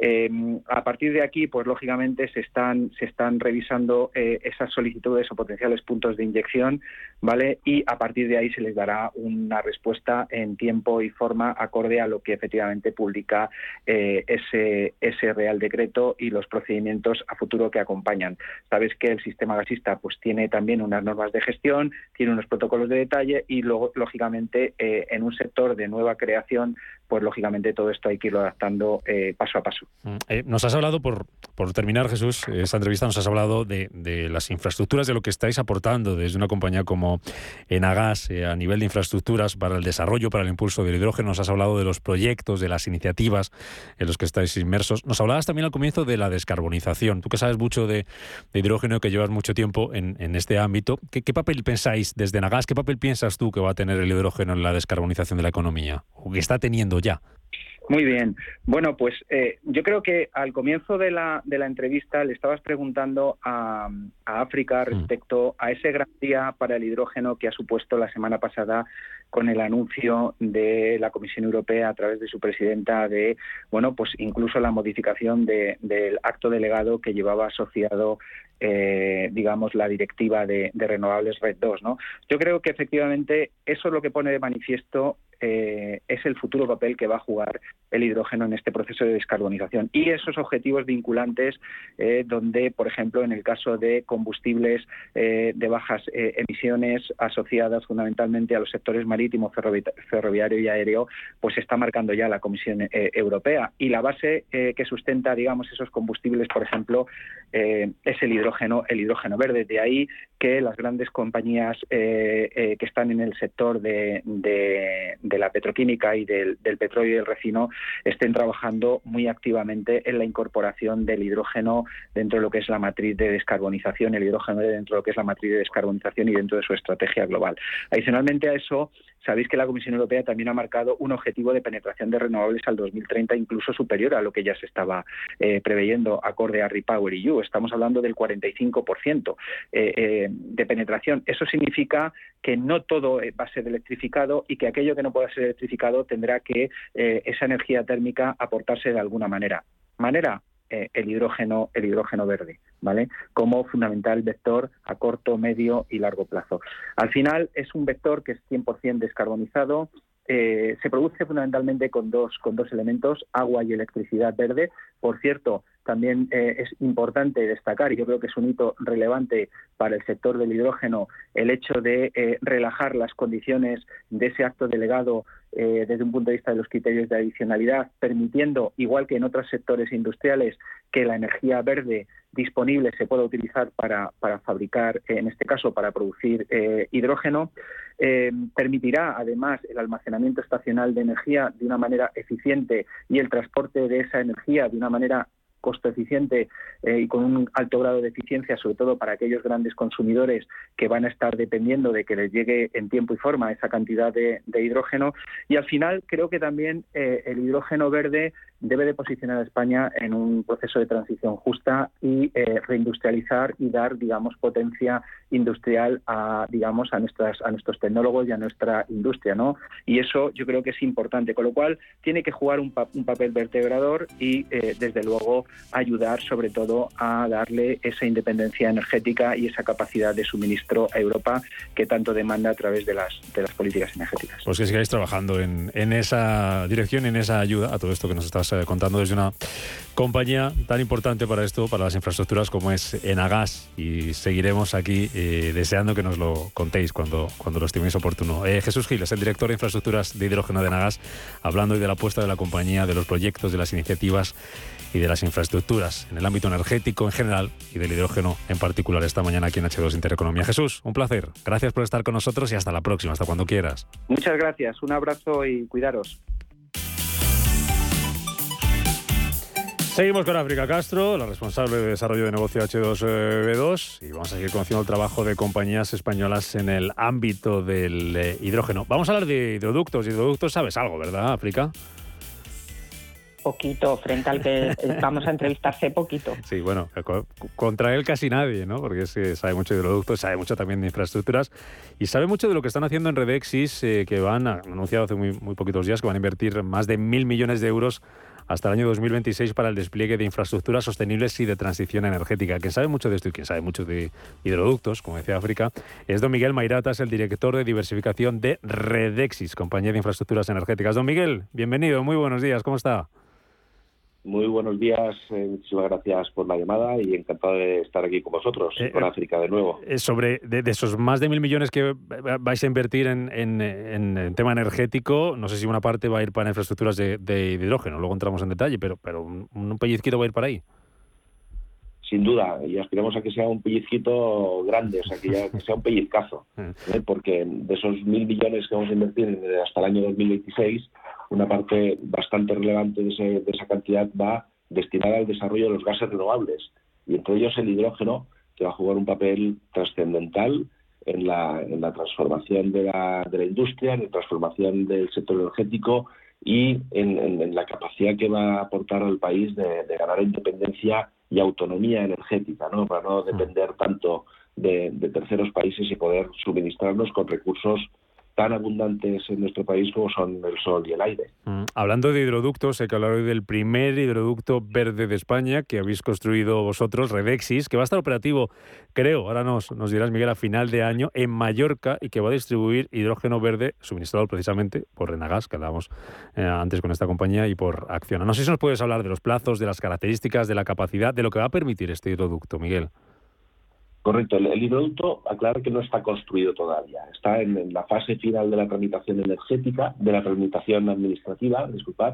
A partir de aquí, pues lógicamente se están revisando esas solicitudes o potenciales puntos de inyección, ¿vale? Y a partir de ahí se les dará una respuesta en tiempo y forma acorde a lo que efectivamente publica ese Real Decreto y los procedimientos a futuro que acompañan. Sabes que el sistema gasista pues tiene también unas normas de gestión, tiene unos protocolos de detalle y luego, lógicamente, en un sector de nueva creación, pues lógicamente todo esto hay que irlo adaptando paso a paso. Nos has hablado, por terminar, Jesús, esta entrevista nos has hablado de las infraestructuras, de lo que estáis aportando desde una compañía como Enagas a nivel de infraestructuras para el desarrollo, para el impulso del hidrógeno. Nos has hablado de los proyectos, de las iniciativas en los que estáis inmersos. Nos hablabas también al comienzo de la descarbonización. Tú que sabes mucho de hidrógeno, que llevas mucho tiempo en este ámbito, ¿qué papel pensáis desde Enagas? ¿Qué papel piensas tú que va a tener el hidrógeno en la descarbonización de la economía? ¿O que está teniendo ya? Muy bien. Bueno, pues yo creo que al comienzo de la entrevista le estabas preguntando a África respecto a ese gran día para el hidrógeno que ha supuesto la semana pasada con el anuncio de la Comisión Europea a través de su presidenta de, bueno, pues incluso la modificación del acto delegado que llevaba asociado digamos, la directiva de renovables RED II, ¿no? Yo creo que efectivamente eso es lo que pone de manifiesto es el futuro papel que va a jugar el hidrógeno en este proceso de descarbonización y esos objetivos vinculantes donde, por ejemplo, en el caso de combustibles de bajas emisiones asociadas fundamentalmente a los sectores marítimo, ferroviario y aéreo, pues está marcando ya la Comisión Europea y la base que sustenta, digamos, esos combustibles, por ejemplo, es el hidrógeno verde. De ahí que las grandes compañías que están en el sector de la petroquímica y del petróleo y del refino estén trabajando muy activamente en la incorporación del hidrógeno dentro de lo que es la matriz de descarbonización, el hidrógeno dentro de lo que es la matriz de descarbonización y dentro de su estrategia global. Adicionalmente a eso, sabéis que la Comisión Europea también ha marcado un objetivo de penetración de renovables al 2030 incluso superior a lo que ya se estaba preveyendo acorde a REPowerEU. Estamos hablando del 45% de penetración. Eso significa que no todo va a ser electrificado y que aquello que no pueda ser electrificado tendrá que esa energía térmica aportarse de alguna manera. El hidrógeno verde, ¿vale? Como fundamental vector a corto, medio y largo plazo. Al final es un vector que es 100% descarbonizado. Se produce fundamentalmente con dos elementos, agua y electricidad verde. Por cierto, también es importante destacar, y yo creo que es un hito relevante para el sector del hidrógeno, el hecho de relajar las condiciones de ese acto delegado desde un punto de vista de los criterios de adicionalidad, permitiendo, igual que en otros sectores industriales, que la energía verde disponible se pueda utilizar para fabricar, en este caso, para producir hidrógeno. Permitirá, además, el almacenamiento estacional de energía de una manera eficiente y el transporte de esa energía de una manera costo eficiente y con un alto grado de eficiencia, sobre todo para aquellos grandes consumidores que van a estar dependiendo de que les llegue en tiempo y forma esa cantidad de hidrógeno. Y al final creo que también el hidrógeno verde debe de posicionar a España en un proceso de transición justa y reindustrializar y dar, digamos, potencia industrial a nuestros tecnólogos y a nuestra industria, ¿no? Y eso yo creo que es importante, con lo cual tiene que jugar un papel vertebrador y desde luego ayudar sobre todo a darle esa independencia energética y esa capacidad de suministro a Europa que tanto demanda a través de las políticas energéticas. Pues que sigáis trabajando en esa dirección, en esa ayuda a todo esto que nos estás contando desde una compañía tan importante para esto, para las infraestructuras como es Enagas, y seguiremos aquí deseando que nos lo contéis cuando lo estiméis oportuno. Jesús Gil es el director de infraestructuras de hidrógeno de Enagas, hablando hoy de la apuesta de la compañía, de los proyectos, de las iniciativas y de las infraestructuras en el ámbito energético en general y del hidrógeno en particular esta mañana aquí en H2 Intereconomía. Jesús, un placer. Gracias por estar con nosotros y hasta la próxima, hasta cuando quieras. Muchas gracias, un abrazo y cuidaros. Seguimos con África Castro, la responsable de desarrollo de negocio H2B2, y vamos a seguir conociendo el trabajo de compañías españolas en el ámbito del hidrógeno. Vamos a hablar de hidroductos. Hidroductos, sabes algo, ¿verdad, África? poquito frente al que vamos a entrevistarse poquito. Sí, bueno, contra él casi nadie, ¿no? Porque sabe mucho de hidroductos, sabe mucho también de infraestructuras y sabe mucho de lo que están haciendo en Redexis, que han anunciado hace muy poquitos días que van a invertir más de 1.000 millones de euros hasta el año 2026 para el despliegue de infraestructuras sostenibles y de transición energética. Quien sabe mucho de esto y quien sabe mucho de hidroductos, como decía África, es don Miguel Mairatas, el director de diversificación de Redexis, compañía de infraestructuras energéticas. Don Miguel, bienvenido, muy buenos días, ¿cómo está? Muy buenos días, muchísimas gracias por la llamada y encantado de estar aquí con vosotros, con África de nuevo. Sobre de esos más de 1.000 millones que vais a invertir en tema energético, no sé si una parte va a ir para infraestructuras de hidrógeno, luego entramos en detalle, pero un pellizquito va a ir para ahí. Sin duda, y aspiramos a que sea un pellizquito grande, o sea, que sea un pellizcazo, porque de esos 1.000 millones que vamos a invertir hasta el año 2026, una parte bastante relevante de esa cantidad va destinada al desarrollo de los gases renovables, y entre ellos el hidrógeno, que va a jugar un papel trascendental en la transformación de la industria, en la transformación del sector energético y en la capacidad que va a aportar al país de ganar independencia y autonomía energética, ¿no? Para no depender tanto de terceros países y poder suministrarnos con recursos tan abundantes en nuestro país como son el sol y el aire. Hablando de hidroductos, hay que hablar hoy del primer hidroducto verde de España que habéis construido vosotros, Redexis, que va a estar operativo, creo, ahora nos dirás, Miguel, a final de año en Mallorca y que va a distribuir hidrógeno verde suministrado precisamente por Renagas, que hablábamos antes con esta compañía, y por Acciona. No sé si nos puedes hablar de los plazos, de las características, de la capacidad, de lo que va a permitir este hidroducto, Miguel. Correcto. El hidroducto, aclaro que no está construido todavía. Está en la fase final de la tramitación energética, de la tramitación administrativa, disculpad,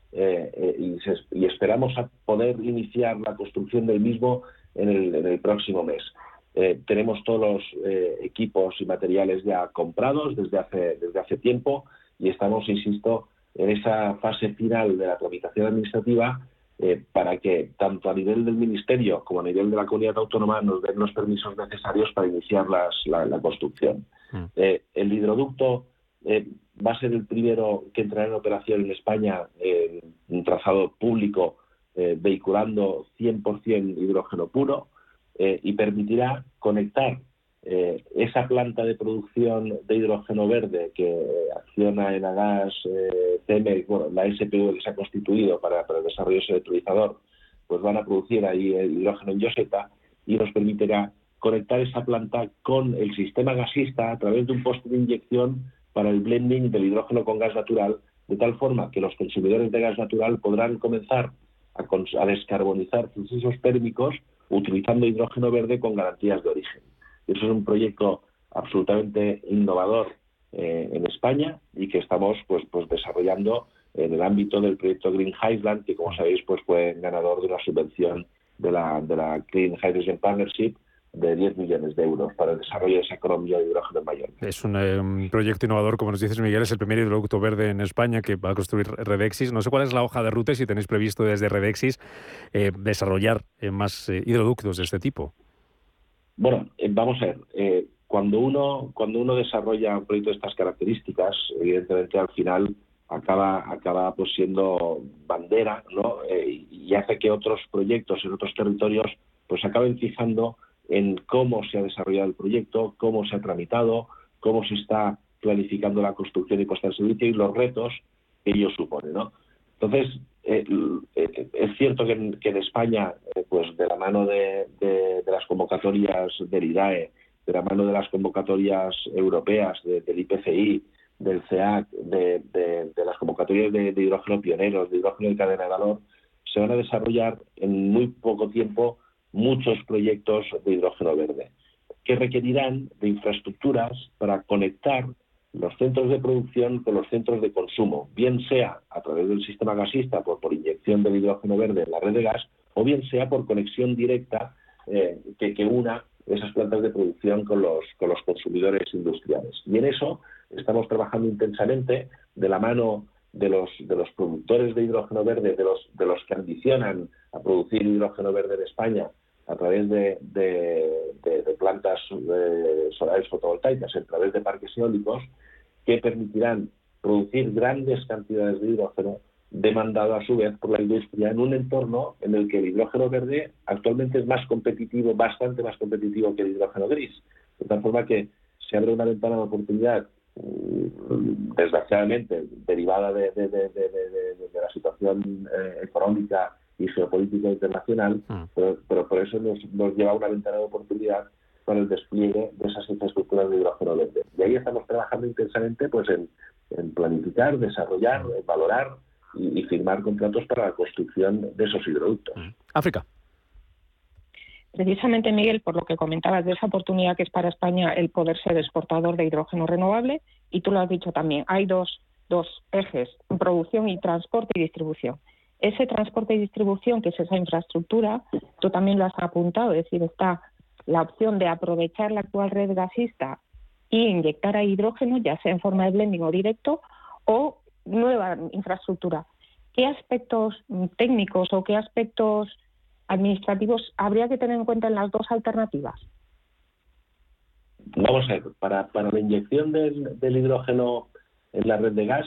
y esperamos a poder iniciar la construcción del mismo en el próximo mes. Tenemos todos los equipos y materiales ya comprados desde hace tiempo y estamos, insisto, en esa fase final de la tramitación administrativa para que tanto a nivel del Ministerio como a nivel de la Comunidad Autónoma nos den los permisos necesarios para iniciar la construcción. El hidroducto va a ser el primero que entrará en operación en España en un trazado público vehiculando 100% hidrógeno puro y permitirá conectar esa planta de producción de hidrógeno verde que Acciona, Enagas, CEMEX, la SPV que se ha constituido para el desarrollo de ese electrolizador, pues van a producir ahí el hidrógeno en Lloseta y nos permitirá conectar esa planta con el sistema gasista a través de un poste de inyección para el blending del hidrógeno con gas natural, de tal forma que los consumidores de gas natural podrán comenzar a descarbonizar procesos térmicos utilizando hidrógeno verde con garantías de origen. Eso es un proyecto absolutamente innovador en España y que estamos pues desarrollando en el ámbito del proyecto Green Highland, que como sabéis pues fue ganador de una subvención de la Clean Hydrogen Partnership de 10 millones de euros para el desarrollo de esa economía de hidrógeno en Mallorca. Es un proyecto innovador, como nos dices, Miguel, es el primer hidroducto verde en España que va a construir Redexis. No sé cuál es la hoja de ruta y si tenéis previsto desde Redexis desarrollar más hidroductos de este tipo. Bueno, vamos a ver, cuando uno desarrolla un proyecto de estas características, evidentemente al final acaba pues siendo bandera, ¿no? Y hace que otros proyectos en otros territorios pues acaben fijando en cómo se ha desarrollado el proyecto, cómo se ha tramitado, cómo se está planificando la construcción y puesta en servicio y los retos que ello supone, ¿no? Entonces, es cierto que en España, pues de la mano de las convocatorias del IDAE, de la mano de las convocatorias europeas, del IPCI, del CEAC, de las convocatorias de hidrógeno pioneros, de hidrógeno de cadena de valor, se van a desarrollar en muy poco tiempo muchos proyectos de hidrógeno verde, que requerirán de infraestructuras para conectar los centros de producción con los centros de consumo, bien sea a través del sistema gasista por inyección del hidrógeno verde en la red de gas, o bien sea por conexión directa que una esas plantas de producción con los consumidores industriales. Y en eso estamos trabajando intensamente de la mano de los productores de hidrógeno verde, de los que ambicionan a producir hidrógeno verde en España a través de plantas solares fotovoltaicas, a través de parques eólicos, que permitirán producir grandes cantidades de hidrógeno demandado a su vez por la industria en un entorno en el que el hidrógeno verde actualmente es más competitivo, bastante más competitivo que el hidrógeno gris. De tal forma que se abre una ventana de oportunidad, desgraciadamente, derivada de la situación económica y geopolítica internacional, pero por eso nos lleva a una ventana de oportunidad para el despliegue de esas infraestructuras de hidrógeno verde. Y ahí estamos trabajando intensamente pues en planificar, desarrollar, valorar y firmar contratos para la construcción de esos hidroductos. África. Precisamente, Miguel, por lo que comentabas de esa oportunidad que es para España el poder ser exportador de hidrógeno renovable, y tú lo has dicho también, hay dos ejes, producción y transporte y distribución. Ese transporte y distribución, que es esa infraestructura, tú también lo has apuntado, es decir, está la opción de aprovechar la actual red gasista e inyectar a hidrógeno, ya sea en forma de blending o directo, o nueva infraestructura. ¿Qué aspectos técnicos o qué aspectos administrativos habría que tener en cuenta en las dos alternativas? Vamos a ver, para la inyección del hidrógeno en la red de gas,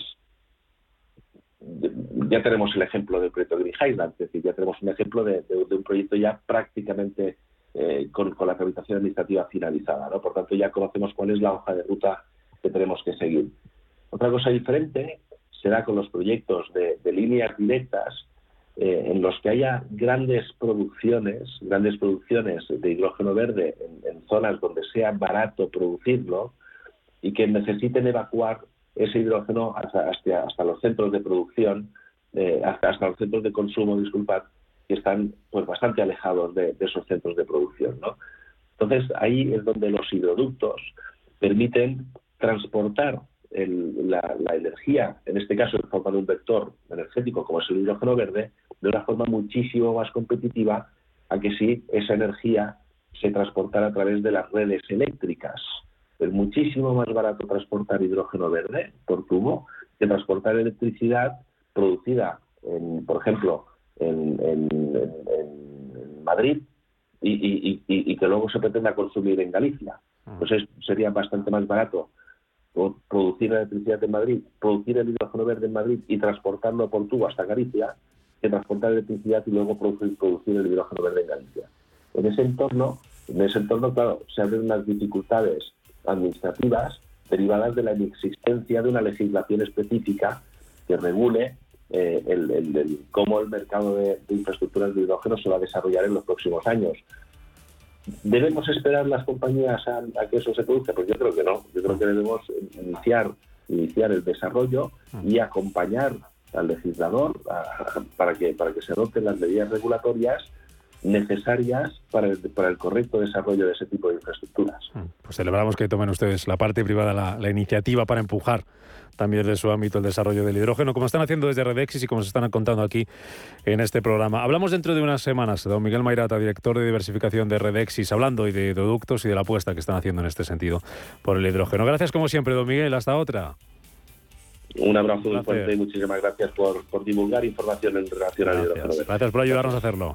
ya tenemos el ejemplo del proyecto Green Highland, es decir, ya tenemos un ejemplo de un proyecto ya prácticamente con la tramitación administrativa finalizada, ¿no? Por tanto, ya conocemos cuál es la hoja de ruta que tenemos que seguir. Otra cosa diferente será con los proyectos de líneas directas, en los que haya grandes producciones de hidrógeno verde en zonas donde sea barato producirlo y que necesiten evacuar ese hidrógeno hasta los centros de producción, hasta los centros de consumo, que están pues bastante alejados de esos centros de producción, ¿no? Entonces ahí es donde los hidroductos permiten transportar la energía, en este caso en forma de un vector energético como es el hidrógeno verde, de una forma muchísimo más competitiva a que si esa energía se transportara a través de las redes eléctricas. Es muchísimo más barato transportar hidrógeno verde por tubo que transportar electricidad producida, por ejemplo, en Madrid y que luego se pretenda consumir en Galicia. Entonces sería bastante más barato producir electricidad en Madrid, producir el hidrógeno verde en Madrid y transportarlo por tubo hasta Galicia, que transportar electricidad y luego producir el hidrógeno verde en Galicia. En ese entorno, claro, se abren unas dificultades administrativas derivadas de la inexistencia de una legislación específica que regule cómo el mercado de infraestructuras de hidrógeno se va a desarrollar en los próximos años. ¿Debemos esperar las compañías a que eso se produzca? Pues yo creo que no. Yo creo que debemos iniciar el desarrollo y acompañar al legislador para que se adopten las medidas regulatorias necesarias para el correcto desarrollo de ese tipo de infraestructuras. Pues celebramos que tomen ustedes, la parte privada, la iniciativa para empujar también desde su ámbito el desarrollo del hidrógeno, como están haciendo desde Redexis y como se están contando aquí en este programa. Hablamos dentro de unas semanas, don Miguel Mairata, director de diversificación de Redexis, hablando y de productos y de la apuesta que están haciendo en este sentido por el hidrógeno. Gracias como siempre, don Miguel. Hasta otra. Un abrazo muy fuerte y muchísimas gracias por divulgar información en relación al hidrógeno. Gracias por ayudarnos a hacerlo.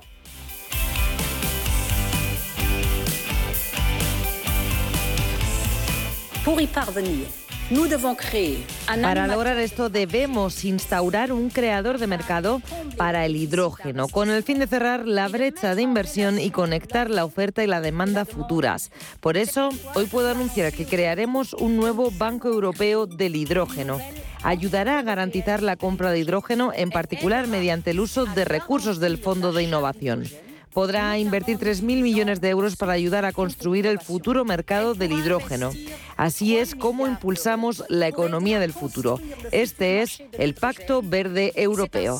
Para lograr esto debemos instaurar un creador de mercado para el hidrógeno, con el fin de cerrar la brecha de inversión y conectar la oferta y la demanda futuras. Por eso, hoy puedo anunciar que crearemos un nuevo Banco Europeo del Hidrógeno. Ayudará a garantizar la compra de hidrógeno, en particular mediante el uso de recursos del Fondo de Innovación. Podrá invertir 3.000 millones de euros para ayudar a construir el futuro mercado del hidrógeno. Así es como impulsamos la economía del futuro. Este es el Pacto Verde Europeo.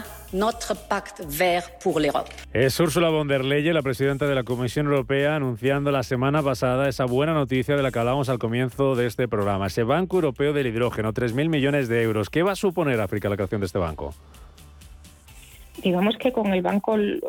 Es Ursula von der Leyen, la presidenta de la Comisión Europea, anunciando la semana pasada esa buena noticia de la que hablábamos al comienzo de este programa. Ese Banco Europeo del Hidrógeno, 3.000 millones de euros. ¿Qué va a suponer, África, la creación de este banco? Digamos que con el banco el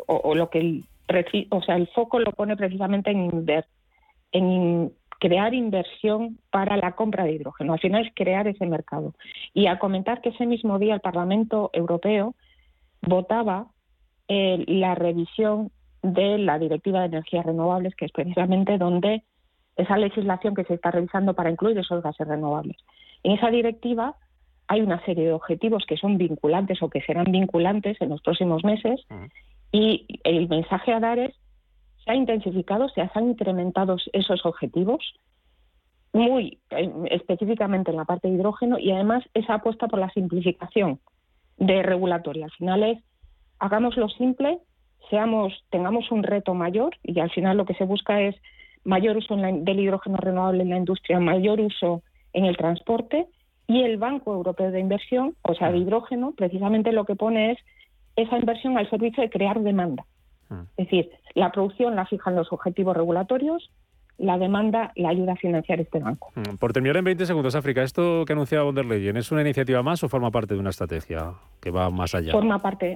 foco lo pone precisamente en crear inversión para la compra de hidrógeno. Al final es crear ese mercado. Y a comentar que ese mismo día el Parlamento Europeo votaba la revisión de la Directiva de Energías Renovables, que es precisamente donde esa legislación que se está revisando para incluir esos gases renovables. En esa directiva hay una serie de objetivos que son vinculantes o que serán vinculantes en los próximos meses, y el mensaje a dar es: se ha intensificado, se han incrementado esos objetivos, muy específicamente en la parte de hidrógeno, y además esa apuesta por la simplificación de regulatoria. Al final es, hagámoslo simple, tengamos un reto mayor, y al final lo que se busca es mayor uso del hidrógeno renovable en la industria, mayor uso en el transporte, y el Banco Europeo de Inversión, o sea, de hidrógeno, precisamente lo que pone es esa inversión al servicio de crear demanda. Es decir, la producción la fijan los objetivos regulatorios, la demanda la ayuda a financiar este banco. Por terminar en 20 segundos, África, ¿esto que anunciaba von der Leyen es una iniciativa más o forma parte de una estrategia que va más allá? Forma parte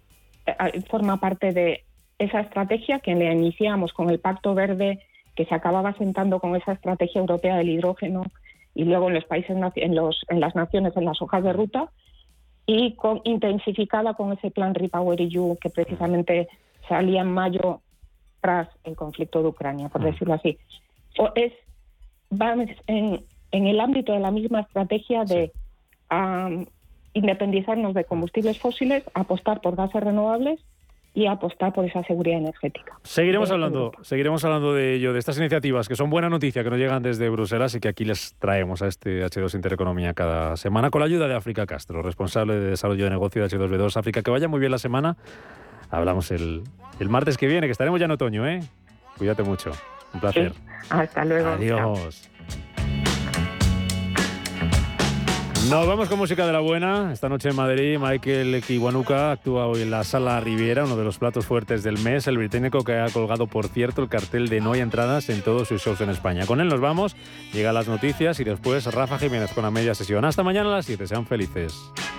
de esa estrategia que la iniciamos con el Pacto Verde, que se acababa sentando con esa estrategia europea del hidrógeno, y luego en los países, en las naciones, en las hojas de ruta, y intensificada con ese plan REPowerEU que precisamente salía en mayo tras el conflicto de Ucrania, por decirlo así. Va en el ámbito de la misma estrategia de independizarnos de combustibles fósiles, apostar por gases renovables y apostar por esa seguridad energética. Seguiremos hablando de ello, de estas iniciativas que son buena noticia, que nos llegan desde Bruselas y que aquí les traemos a este H2 Intereconomía cada semana con la ayuda de África Castro, responsable de desarrollo de negocio de H2B2. África, que vaya muy bien la semana. Hablamos el martes que viene, que estaremos ya en otoño, ¿eh? Cuídate mucho. Un placer. Sí. Hasta luego. Adiós. Nos vamos con música de la buena. Esta noche en Madrid, Michael Kiwanuka actúa hoy en la Sala Riviera, uno de los platos fuertes del mes. El británico que ha colgado, por cierto, el cartel de no hay entradas en todos sus shows en España. Con él nos vamos, llegan las noticias y después Rafa Jiménez con la media sesión. Hasta mañana a las 7. Sean felices.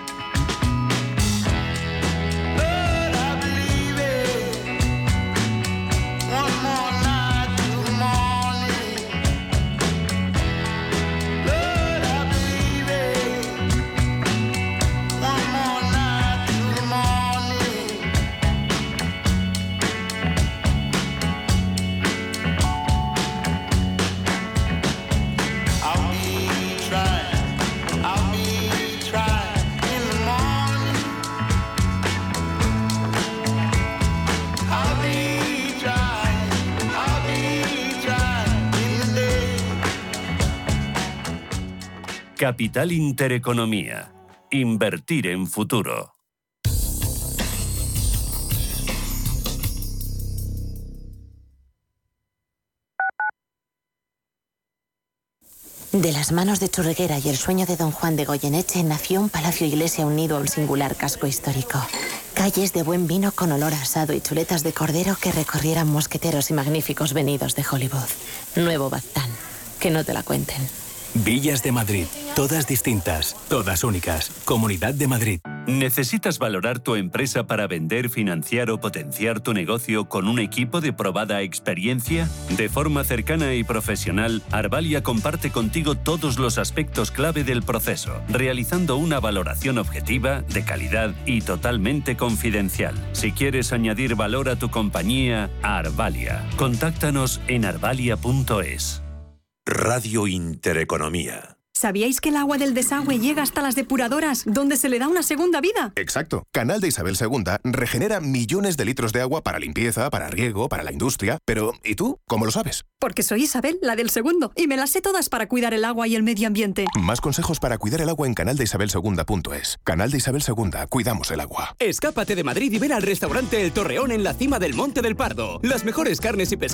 Capital Intereconomía. Invertir en futuro. De las manos de Churreguera y el sueño de don Juan de Goyeneche nació un palacio iglesia unido a un singular casco histórico. Calles de buen vino con olor a asado y chuletas de cordero que recorrieran mosqueteros y magníficos venidos de Hollywood. Nuevo Baztán. Que no te la cuenten. Villas de Madrid, todas distintas, todas únicas. Comunidad de Madrid. ¿Necesitas valorar tu empresa para vender, financiar o potenciar tu negocio con un equipo de probada experiencia? De forma cercana y profesional, Arvalia comparte contigo todos los aspectos clave del proceso, realizando una valoración objetiva, de calidad y totalmente confidencial. Si quieres añadir valor a tu compañía, Arvalia. Contáctanos en arvalia.es. Radio Intereconomía. ¿Sabíais que el agua del desagüe llega hasta las depuradoras, donde se le da una segunda vida? Exacto. Canal de Isabel II regenera millones de litros de agua para limpieza, para riego, para la industria. Pero, ¿y tú? ¿Cómo lo sabes? Porque soy Isabel, la del segundo, y me las sé todas para cuidar el agua y el medio ambiente. Más consejos para cuidar el agua en canaldeisabelsegunda.es. Canal de Isabel II. Cuidamos el agua. Escápate de Madrid y ven al restaurante El Torreón en la cima del Monte del Pardo. Las mejores carnes y pescados